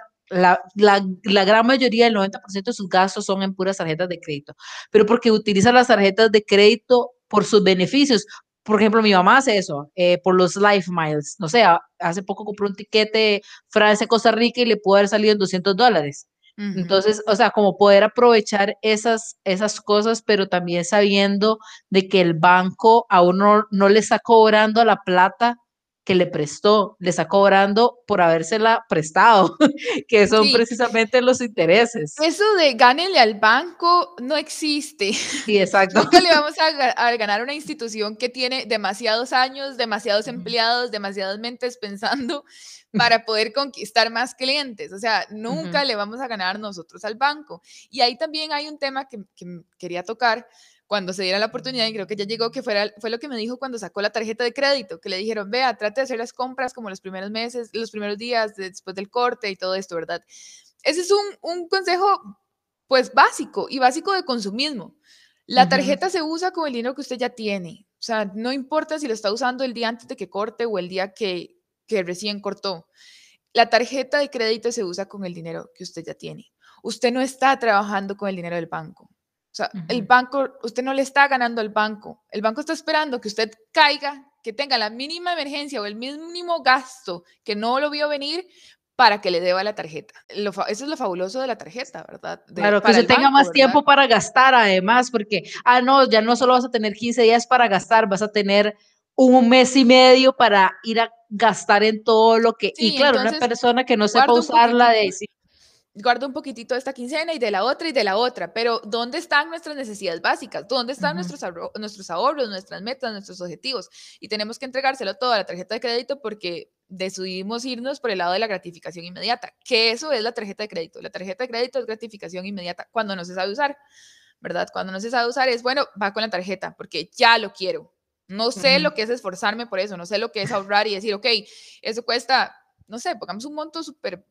la gran mayoría, el 90% de sus gastos son en puras tarjetas de crédito, pero porque utiliza las tarjetas de crédito por sus beneficios. Por ejemplo, mi mamá hace eso, por los Life Miles. No sé, hace poco compró un tiquete Francia-Costa Rica y le pudo haber salido en $200. ujú. Entonces, o sea, como poder aprovechar esas cosas, pero también sabiendo de que el banco a uno no le está cobrando la plata que le prestó, le está cobrando por habérsela prestado, que son Sí, precisamente los intereses. eso de gánenle al banco no existe. Sí, exacto. Nunca le vamos a ganar a una institución que tiene demasiados años, demasiados empleados, demasiadas mentes pensando para poder conquistar más clientes. O sea, nunca Ujú, le vamos a ganar nosotros al banco. Y ahí también hay un tema que quería tocar cuando se diera la oportunidad, y creo que ya llegó, que fue lo que me dijo cuando sacó la tarjeta de crédito, que le dijeron, vea, trate de hacer las compras como los primeros meses, los primeros días después del corte y todo esto, ¿verdad? Ese es un consejo, pues, básico y básico de consumismo. La ujú. tarjeta se usa con el dinero que usted ya tiene. O sea, no importa si lo está usando el día antes de que corte o el día que recién cortó. La tarjeta de crédito se usa con el dinero que usted ya tiene. Usted no está trabajando con el dinero del banco. O sea, el Ujú. banco, usted no le está ganando al banco. El banco está esperando que usted caiga, que tenga la mínima emergencia o el mínimo gasto que no lo vio venir para que le deba la tarjeta. Eso es lo fabuloso de la tarjeta, ¿verdad? Claro, que Para usted el tenga banco, más ¿verdad? tiempo para gastar además, porque, no, ya no solo vas a tener 15 días para gastar, vas a tener un mes y medio para ir a gastar en todo lo que, y Sí, claro, una entonces persona que no sepa guardo un usarla poquitito, de sí. guardo un poquitito de esta quincena y de la otra, pero ¿dónde están nuestras necesidades básicas? ¿Dónde están Ujú, nuestros ahorros, nuestras metas, nuestros objetivos? Y tenemos que entregárselo todo a la tarjeta de crédito porque decidimos irnos por el lado de la gratificación inmediata, que eso es la tarjeta de crédito. La tarjeta de crédito es gratificación inmediata cuando no se sabe usar, ¿verdad? Cuando no se sabe usar es, bueno, va con la tarjeta porque ya lo quiero. No sé ujú, lo que es esforzarme por eso, no sé lo que es ahorrar y decir, ok, eso cuesta, no sé, pongamos un monto súper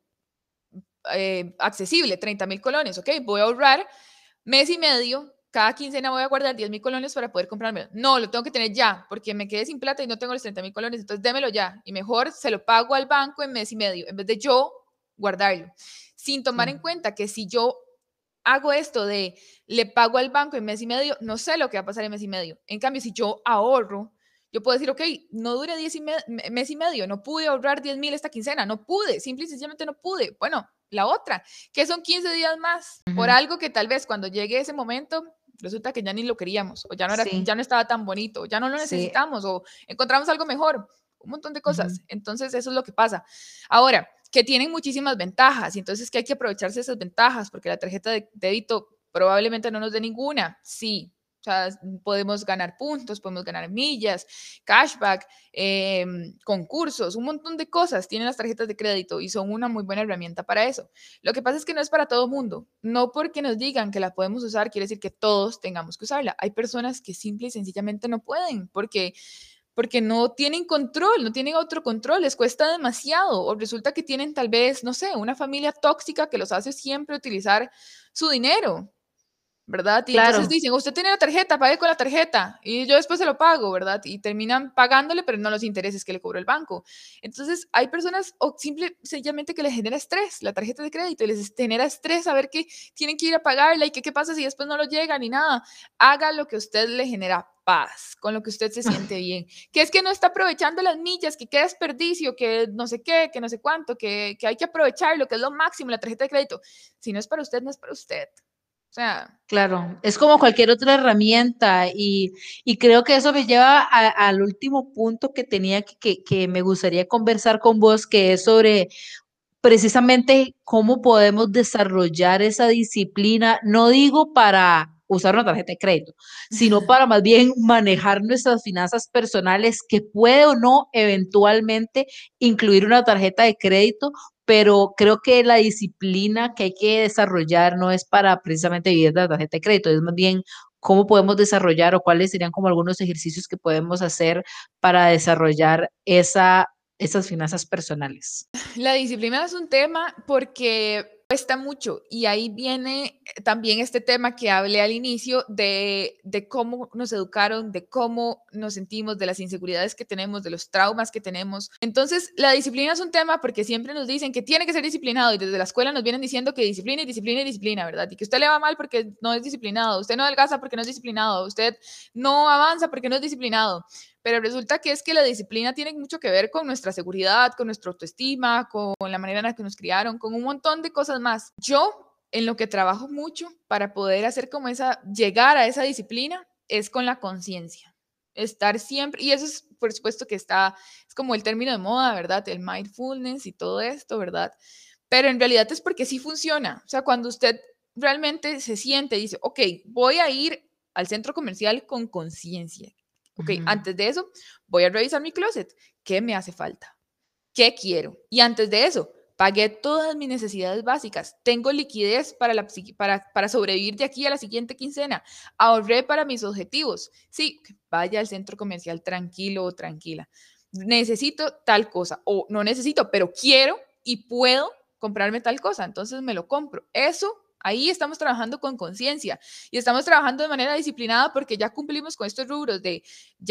accesible, 30.000 colones, ok, voy a ahorrar mes y medio, cada quincena voy a guardar 10.000 colones para poder comprarme. No, lo tengo que tener ya, porque me quedé sin plata y no tengo los 30.000 colones, entonces démelo ya. Y mejor se lo pago al banco en mes y medio, en vez de yo guardarlo. Sin tomar sí, en cuenta que si yo hago esto de le pago al banco en mes y medio, no sé lo que va a pasar en mes y medio. En cambio, si yo ahorro, yo puedo decir, ok, no dure mes y medio, no pude ahorrar 10.000 esta quincena, no pude, simple y sencillamente no pude. Bueno, la otra, que son 15 días más por ujú, algo que tal vez cuando llegue ese momento resulta que ya ni lo queríamos o sí, ya no estaba tan bonito, ya no lo sí, necesitamos o encontramos algo mejor, un montón de ujú. cosas. Entonces eso es lo que pasa. Ahora, que tienen muchísimas ventajas y entonces que hay que aprovecharse de esas ventajas porque la tarjeta de débito probablemente no nos dé ninguna. Sí, o sea, podemos ganar puntos, podemos ganar millas, cashback, concursos, un montón de cosas tienen las tarjetas de crédito y son una muy buena herramienta para eso. Lo que pasa es que no es para todo mundo. No porque nos digan que la podemos usar quiere decir que todos tengamos que usarla. Hay personas que simple y sencillamente no pueden porque no tienen control, no tienen otro control, les cuesta demasiado o resulta que tienen tal vez, no sé, una familia tóxica que los hace siempre utilizar su dinero, ¿verdad? Y entonces Claro. dicen, usted tiene la tarjeta, pague con la tarjeta y yo después se lo pago, ¿verdad? Y terminan pagándole, pero no los intereses que le cobró el banco. Entonces, hay personas o simple, sencillamente que les genera estrés la tarjeta de crédito y les genera estrés saber que tienen que ir a pagarla y que qué pasa si después no lo llega ni nada. Haga lo que a usted le genera paz, con lo que usted se siente bien. Que es que no está aprovechando las millas, que qué desperdicio, que no sé qué, que no sé cuánto, que hay que aprovecharlo, que es lo máximo, la tarjeta de crédito. Si no es para usted, no es para usted. O sea, Claro, es como cualquier otra herramienta y creo que eso me lleva al último punto que tenía que me gustaría conversar con vos, que es sobre precisamente cómo podemos desarrollar esa disciplina, no digo para usar una tarjeta de crédito, sino para más bien manejar nuestras finanzas personales, que puede o no eventualmente incluir una tarjeta de crédito, pero creo que la disciplina que hay que desarrollar no es para precisamente vivir de la tarjeta de crédito, es más bien cómo podemos desarrollar o cuáles serían como algunos ejercicios que podemos hacer para desarrollar esas finanzas personales. la disciplina es un tema porque cuesta mucho y ahí viene también este tema que hablé al inicio de cómo nos educaron, de cómo nos sentimos, de las inseguridades que tenemos, de los traumas que tenemos. Entonces, la disciplina es un tema porque siempre nos dicen que tiene que ser disciplinado y desde la escuela nos vienen diciendo que disciplina y disciplina y disciplina, ¿verdad? Y que usted le va mal porque no es disciplinado, usted no adelgaza porque no es disciplinado, usted no avanza porque no es disciplinado. Pero resulta que es que la disciplina tiene mucho que ver con nuestra seguridad, con nuestra autoestima, con la manera en la que nos criaron, con un montón de cosas más. Yo, en lo que trabajo mucho para poder hacer como llegar a esa disciplina, es con la conciencia. Estar siempre, y eso es, por supuesto que es como el término de moda, ¿verdad? El mindfulness y todo esto, ¿verdad? Pero en realidad es porque sí funciona. O sea, cuando usted realmente se siente y dice, ok, voy a ir al centro comercial con conciencia. Ok, Ujú. antes de eso, voy a revisar mi closet. ¿Qué me hace falta? ¿Qué quiero? Y antes de eso, pagué todas mis necesidades básicas. Tengo liquidez para sobrevivir de aquí a la siguiente quincena. Ahorré para mis objetivos. Sí, vaya al centro comercial tranquilo o tranquila. Necesito tal cosa o no necesito, pero quiero y puedo comprarme tal cosa. Entonces me lo compro. Eso, ahí estamos trabajando con conciencia y estamos trabajando de manera disciplinada porque ya cumplimos con estos rubros de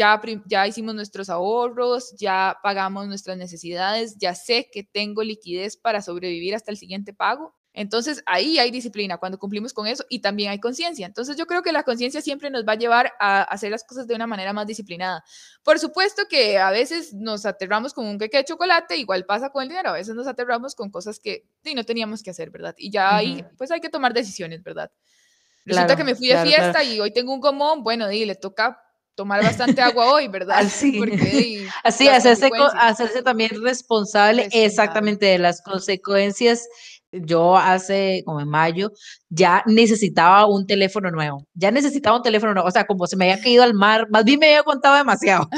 ya hicimos nuestros ahorros, ya pagamos nuestras necesidades, ya sé que tengo liquidez para sobrevivir hasta el siguiente pago. Entonces ahí hay disciplina cuando cumplimos con eso y también hay conciencia. Entonces yo creo que la conciencia siempre nos va a llevar a hacer las cosas de una manera más disciplinada. Por supuesto que a veces nos aterramos con un queque de chocolate, igual pasa con el dinero, a veces nos aterramos con cosas que sí, no teníamos que hacer, ¿verdad? Y ya ahí Ujú. pues hay que tomar decisiones, ¿verdad? Resulta que Claro, me fui de claro, claro. fiesta y hoy tengo un gomón, bueno, di, le toca tomar bastante agua hoy, ¿verdad? Así, Porque di, así, las consecuencias, hacerse también responsable responsable. exactamente de las consecuencias. Yo hace como en mayo ya necesitaba un teléfono nuevo, ya necesitaba un teléfono nuevo, o sea, como se me había caído al mar, más bien me había contado demasiado.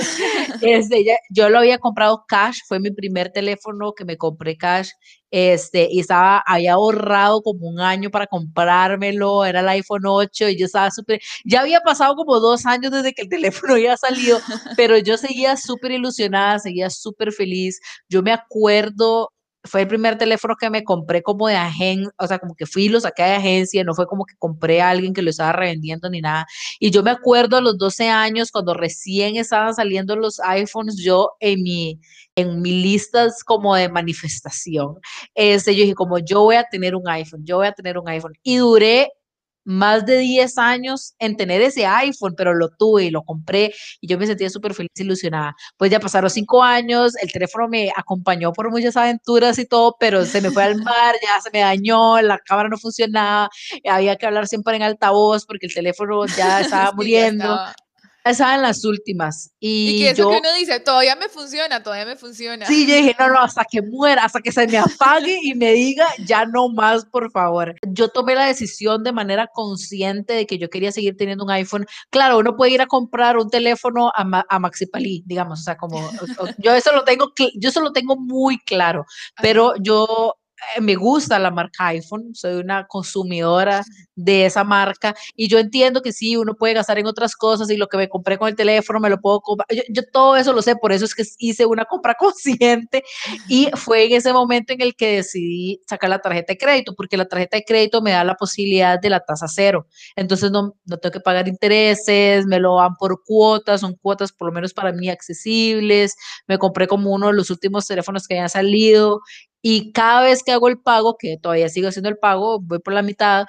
Yo lo había comprado cash, fue mi primer teléfono que me compré cash, y había ahorrado como un año para comprármelo, era el iPhone 8 y yo estaba súper, ya había pasado como 2 años desde que el teléfono había salido, pero yo seguía súper ilusionada, seguía súper feliz. Yo me acuerdo, fue el primer teléfono que me compré como de agencia, o sea, como que fui y lo saqué de agencia, no fue como que compré a alguien que lo estaba revendiendo ni nada. Y yo me acuerdo a los 12 años, cuando recién estaban saliendo los iPhones, yo en mi listas como de manifestación, yo dije, como yo voy a tener un iPhone, yo voy a tener un iPhone. Y duré más de 10 años en tener ese iPhone, pero lo tuve y lo compré y yo me sentía súper feliz y ilusionada. Pues ya pasaron 5 años, el teléfono me acompañó por muchas aventuras y todo, pero se me fue al mar, ya se me dañó, la cámara no funcionaba, había que hablar siempre en altavoz porque el teléfono ya estaba Sí, ya muriendo, estaba. estaba en las últimas Y que y eso que yo uno dice, todavía me funciona, todavía me funciona. sí, yo dije, no, no, hasta que muera, hasta que se me apague y me diga, ya no más, por favor. Yo tomé la decisión de manera consciente de que yo quería seguir teniendo un iPhone. Claro, uno puede ir a comprar un teléfono a Maxipalí, digamos, o sea, como, yo eso lo tengo, yo eso lo tengo muy claro, pero Ajá. yo me gusta la marca iPhone, soy una consumidora de esa marca y yo entiendo que sí, uno puede gastar en otras cosas y lo que me compré con el teléfono me lo puedo comprar. Yo todo eso lo sé, por eso es que hice una compra consciente y fue en ese momento en el que decidí sacar la tarjeta de crédito, porque la tarjeta de crédito me da la posibilidad de la tasa cero. Entonces no tengo que pagar intereses, me lo dan por cuotas, son cuotas por lo menos para mí accesibles. Me compré como uno de los últimos teléfonos que habían salido y cada vez que hago el pago, que todavía sigo haciendo el pago, voy por la mitad,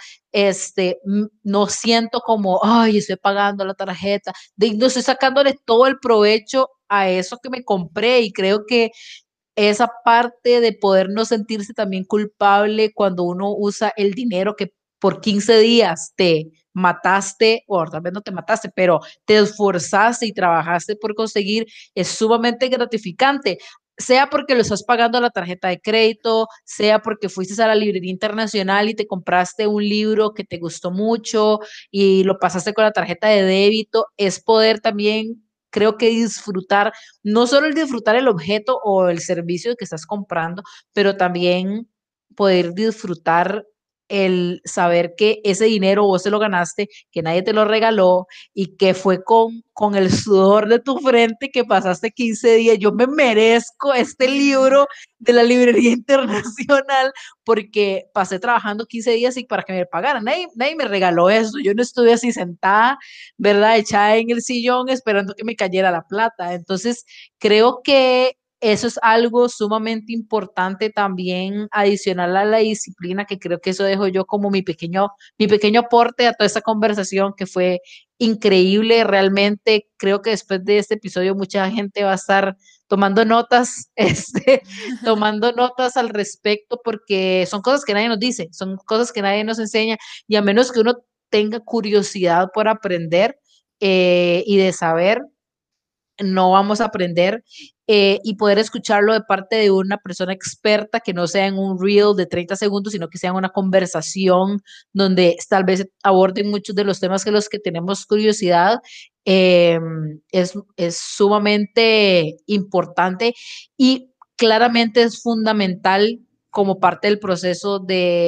no siento como, ay, estoy pagando la tarjeta, no estoy sacándole todo el provecho a eso que me compré y creo que esa parte de poder no sentirse también culpable cuando uno usa el dinero que por 15 días te mataste, o tal vez no te mataste, pero te esforzaste y trabajaste por conseguir, es sumamente gratificante. Sea porque lo estás pagando a la tarjeta de crédito, sea porque fuiste a la librería internacional y te compraste un libro que te gustó mucho y lo pasaste con la tarjeta de débito, es poder también, creo que disfrutar no solo el disfrutar el objeto o el servicio que estás comprando, pero también poder disfrutar el saber que ese dinero vos te lo ganaste, que nadie te lo regaló y que fue con el sudor de tu frente que pasaste 15 días. Yo me merezco este libro de la librería internacional porque pasé trabajando 15 días y para que me pagaran. Nadie me regaló eso. Yo no estuve así sentada, ¿verdad? Echada en el sillón esperando que me cayera la plata. Entonces, creo que eso es algo sumamente importante también, adicional a la disciplina, que creo que eso dejo yo como mi pequeño aporte a toda esta conversación que fue increíble. Realmente creo que después de este episodio mucha gente va a estar tomando notas, tomando notas al respecto, porque son cosas que nadie nos dice, son cosas que nadie nos enseña, y a menos que uno tenga curiosidad por aprender y de saber, no vamos a aprender y poder escucharlo de parte de una persona experta que no sea en un reel de 30 segundos, sino que sea en una conversación donde tal vez aborden muchos de los temas que los que tenemos curiosidad. eh, es sumamente importante y claramente es fundamental como parte del proceso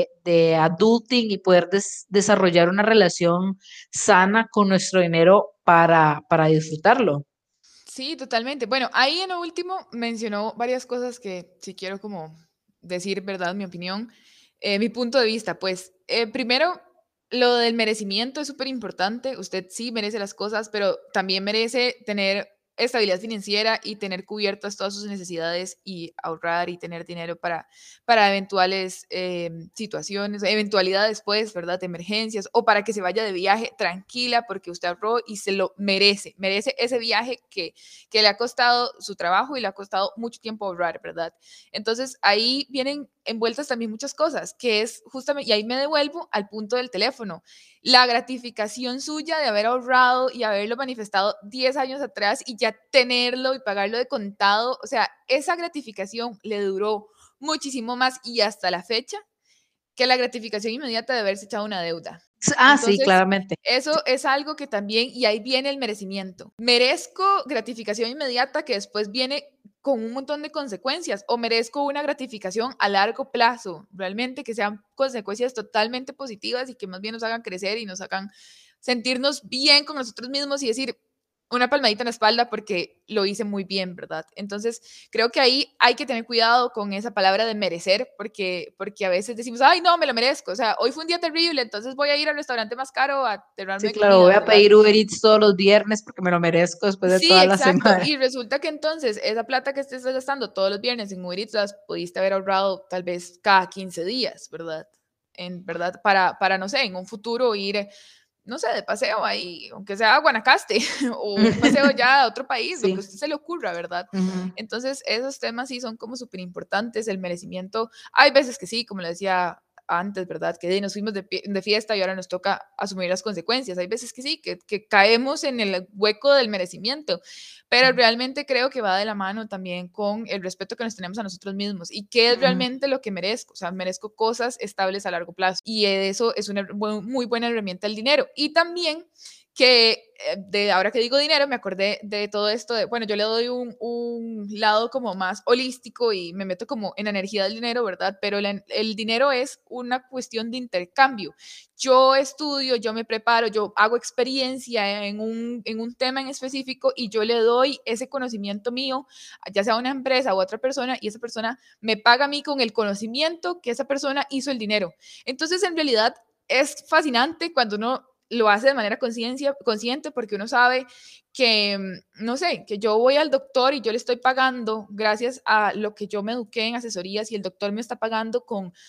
de adulting y poder desarrollar una relación sana con nuestro dinero para disfrutarlo. Sí, totalmente. Bueno, ahí en lo último mencionó varias cosas que si quiero como decir, ¿verdad? Mi opinión, mi punto de vista. Pues primero, lo del merecimiento es súper importante. Usted sí merece las cosas, pero también merece tener estabilidad financiera y tener cubiertas todas sus necesidades y ahorrar y tener dinero para eventuales situaciones, eventualidades, pues, ¿verdad? De emergencias o para que se vaya de viaje tranquila porque usted ahorró y se lo merece. Merece ese viaje que le ha costado su trabajo y le ha costado mucho tiempo ahorrar, ¿verdad? Entonces ahí vienen envueltas también muchas cosas, que es justamente, y ahí me devuelvo al punto del teléfono, la gratificación suya de haber ahorrado y haberlo manifestado 10 años atrás y ya tenerlo y pagarlo de contado, o sea, esa gratificación le duró muchísimo más y hasta la fecha que la gratificación inmediata de haberse echado una deuda. Ah, sí, Entonces, claramente. eso es algo que también, y ahí viene el merecimiento. Merezco gratificación inmediata que después viene con un montón de consecuencias, o merezco una gratificación a largo plazo, realmente que sean consecuencias totalmente positivas y que más bien nos hagan crecer y nos hagan sentirnos bien con nosotros mismos y decir, una palmadita en la espalda porque lo hice muy bien, ¿verdad? Entonces, creo que ahí hay que tener cuidado con esa palabra de merecer, porque a veces decimos, ay, no, me lo merezco, o sea, hoy fue un día terrible, entonces voy a ir al restaurante más caro a Sí, terrarme de claro, comida, voy a ¿verdad? pedir Uber Eats todos los viernes porque me lo merezco después de Sí, toda la exacto. semana. Y resulta que entonces esa plata que estés gastando todos los viernes en Uber Eats las pudiste haber ahorrado tal vez cada 15 días, ¿verdad? En verdad, para no sé, en un futuro ir no sé, de paseo ahí, aunque sea a Guanacaste o un paseo ya a otro país, lo que a Sí. usted se le ocurra, ¿verdad? Ujú. Entonces, esos temas sí son como súper importantes, el merecimiento. Hay veces que sí, como le decía antes, ¿verdad? Que nos fuimos de fiesta y ahora nos toca asumir las consecuencias. Hay veces que sí, que caemos en el hueco del merecimiento, pero realmente creo que va de la mano también con el respeto que nos tenemos a nosotros mismos y qué es Ujú. realmente lo que merezco. O sea, merezco cosas estables a largo plazo y eso es una muy buena herramienta el dinero. Y también que ahora que digo dinero, me acordé de todo esto de, bueno, yo le doy un lado como más holístico y me meto como en la energía del dinero, ¿verdad? Pero el dinero es una cuestión de intercambio. Yo estudio, yo me preparo, yo hago experiencia en un tema en específico y yo le doy ese conocimiento mío, ya sea a una empresa u otra persona, y esa persona me paga a mí con el conocimiento que esa persona hizo el dinero. Entonces, en realidad, es fascinante cuando uno lo hace de manera consciente porque uno sabe que, no sé, que yo voy al doctor y yo le estoy pagando gracias a lo que yo me eduqué en asesorías y el doctor me está pagando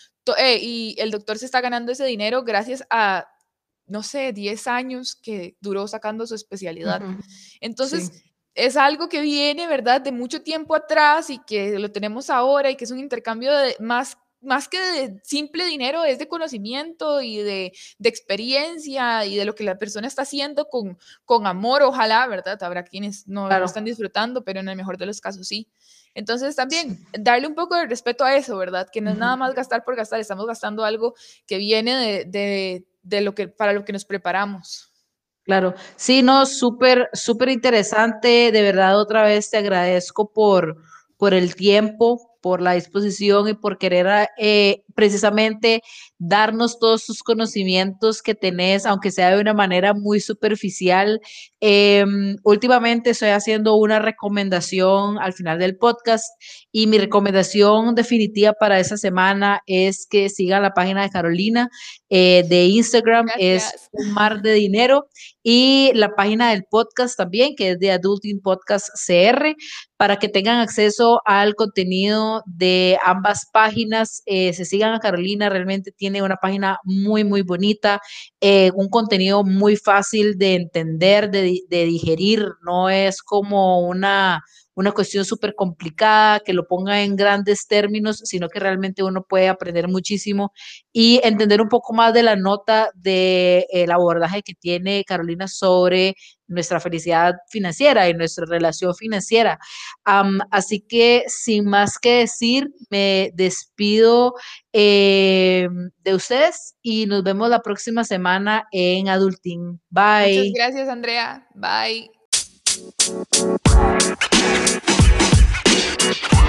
y el doctor se está ganando ese dinero gracias a, no sé, 10 años que duró sacando su especialidad. Ujú. Entonces, Sí, es algo que viene, ¿verdad?, de mucho tiempo atrás y que lo tenemos ahora y que es un intercambio de más que de simple dinero, es de conocimiento y de experiencia y de lo que la persona está haciendo con amor, ojalá, ¿verdad? Habrá quienes no lo están claro. disfrutando, pero en el mejor de los casos sí. Entonces Sí. también darle un poco de respeto a eso, ¿verdad? Que no es nada Ujú. más gastar por gastar, estamos gastando algo que viene de lo que, para lo que nos preparamos. Claro, sí, no, súper, súper interesante. De verdad, otra vez te agradezco por el tiempo, por la disposición y por querer precisamente darnos todos tus conocimientos que tenés, aunque sea de una manera muy superficial. Últimamente estoy haciendo una recomendación al final del podcast y mi recomendación definitiva para esa semana es que sigan la página de Carolina de Instagram, es Gracias. Un Mar de Dinero y la página del podcast también, que es de Adulting Podcast CR, para que tengan acceso al contenido de ambas páginas. Se sigan a Carolina, realmente tiene una página muy, muy bonita, un contenido muy fácil de entender, de digerir, no es como una cuestión súper complicada que lo ponga en grandes términos, sino que realmente uno puede aprender muchísimo y entender un poco más de la nota del abordaje que tiene Carolina sobre nuestra felicidad financiera y nuestra relación financiera. Así que sin más que decir, me despido de ustedes y nos vemos la próxima semana en Adulting. Muchas Bye. gracias, Andrea. Bye.